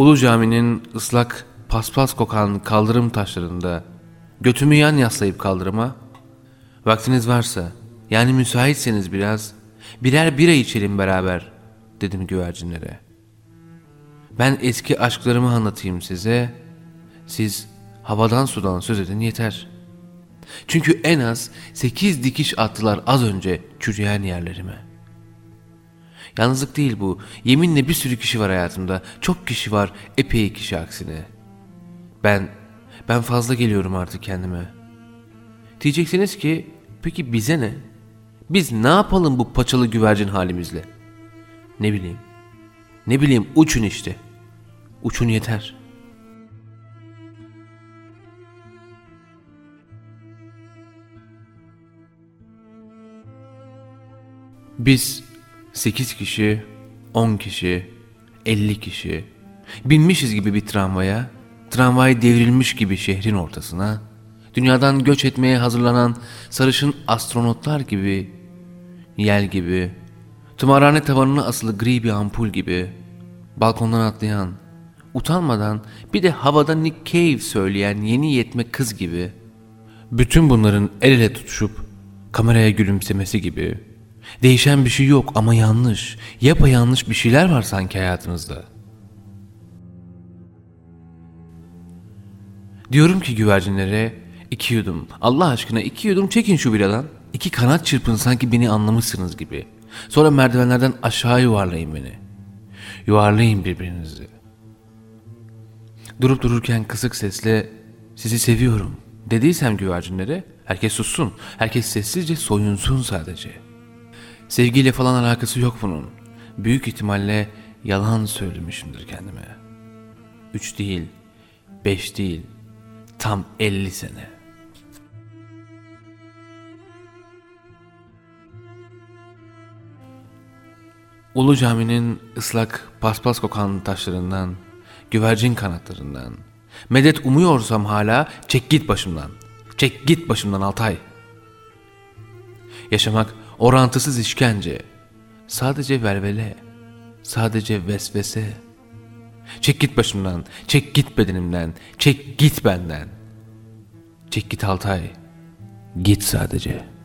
Ulu Cami'nin ıslak paspas kokan kaldırım taşlarında götümü yan yaslayıp kaldırıma, vaktiniz varsa, yani müsaitseniz birer bira içelim beraber dedim güvercinlere. Ben eski aşklarımı anlatayım size, siz havadan sudan söz edin yeter. Çünkü en az 8 dikiş attılar az önce çürüyen yerlerime. Yalnızlık değil bu, yeminle bir sürü kişi var hayatımda, çok kişi var, epey kişi aksine. Ben fazla geliyorum artık kendime. Diyeceksiniz ki, peki bize ne? Biz ne yapalım bu paçalı güvercin halimizle? Ne bileyim uçun işte. Uçun yeter. Biz 8 kişi, 10 kişi, 50 kişi binmişiz gibi bir tramvaya, tramvay devrilmiş gibi şehrin ortasına, dünyadan göç etmeye hazırlanan sarışın astronotlar gibi, yel gibi, tımarhane tavanına asılı gri bir ampul gibi, balkondan atlayan, utanmadan bir de havada Nick Cave söyleyen yeni yetme kız gibi, bütün bunların el ele tutuşup kameraya gülümsemesi gibi, değişen bir şey yok ama yanlış, yapayalnız bir şeyler var sanki hayatınızda. Diyorum ki güvercinlere, 2 yudum, Allah aşkına 2 yudum çekin şu biradan. 2 kanat çırpın sanki beni anlamışsınız gibi. Sonra merdivenlerden aşağı yuvarlayın beni. Yuvarlayın birbirinizi. Durup dururken kısık sesle sizi seviyorum dediysem güvercinlere, herkes sussun. Herkes sessizce soyunsun sadece. Sevgiyle falan alakası yok bunun. Büyük ihtimalle yalan söylemişimdir kendime. 3 değil, 5 değil, tam 50 sene. Ulu Cami'nin ıslak paspas kokan taşlarından, güvercin kanatlarından, medet umuyorsam hala çek git başımdan. Çek git başımdan Altay. Yaşamak orantısız işkence. Sadece velvele, sadece vesvese. Çek git başımdan, çek git bedenimden, çek git benden. Çek git Altay, git sadece.